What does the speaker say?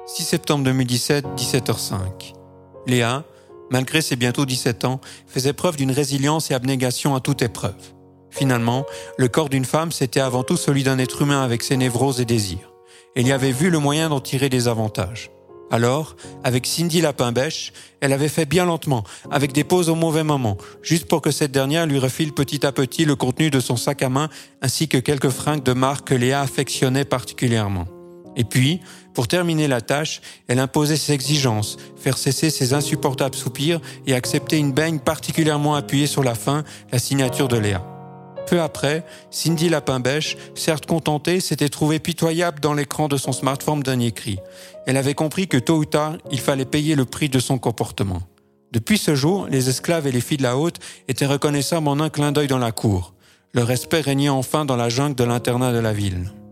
6 septembre 2017, 17h05. Léa, malgré ses bientôt 17 ans, faisait preuve d'une résilience et abnégation à toute épreuve. Finalement, le corps d'une femme, c'était avant tout celui d'un être humain avec ses névroses et désirs. Elle y avait vu le moyen d'en tirer des avantages. Alors, avec Cindy Lapin-Bêche, elle avait fait bien lentement, avec des pauses au mauvais moment, juste pour que cette dernière lui refile petit à petit le contenu de son sac à main, ainsi que quelques fringues de marque que Léa affectionnait particulièrement. Et puis, pour terminer la tâche, elle imposait ses exigences, faire cesser ses insupportables soupirs et accepter une baigne particulièrement appuyée sur la fin, la signature de Léa. Peu après, Cindy Lapin-Bêche, certes contentée, s'était trouvée pitoyable dans l'écran de son smartphone dernier cri. Elle avait compris que tôt ou tard, il fallait payer le prix de son comportement. Depuis ce jour, les esclaves et les filles de la haute étaient reconnaissables en un clin d'œil dans la cour. Le respect régnait enfin dans la jungle de l'internat de la ville.